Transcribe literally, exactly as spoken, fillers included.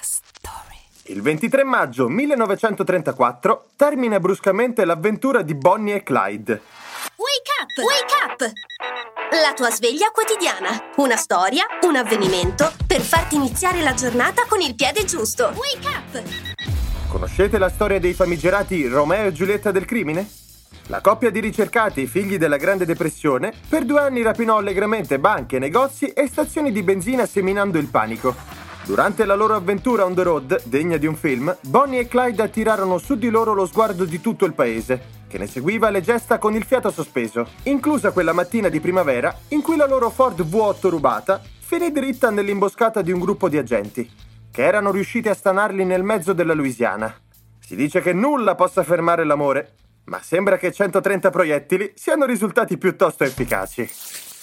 story. Il ventitré maggio millenovecentotrentaquattro termina bruscamente l'avventura di Bonnie e Clyde. Wake up! Wake up! La tua sveglia quotidiana. Una storia, un avvenimento per farti iniziare la giornata con il piede giusto. Wake up! Conoscete la storia dei famigerati Romeo e Giulietta del crimine? La coppia di ricercati, figli della Grande Depressione, per due anni rapinò allegramente banche, negozi e stazioni di benzina seminando il panico. Durante la loro avventura on the road, degna di un film, Bonnie e Clyde attirarono su di loro lo sguardo di tutto il paese, che ne seguiva le gesta con il fiato sospeso, inclusa quella mattina di primavera in cui la loro Ford V otto rubata finì dritta nell'imboscata di un gruppo di agenti, che erano riusciti a stanarli nel mezzo della Louisiana. Si dice che nulla possa fermare l'amore, ma sembra che centotrenta proiettili siano risultati piuttosto efficaci.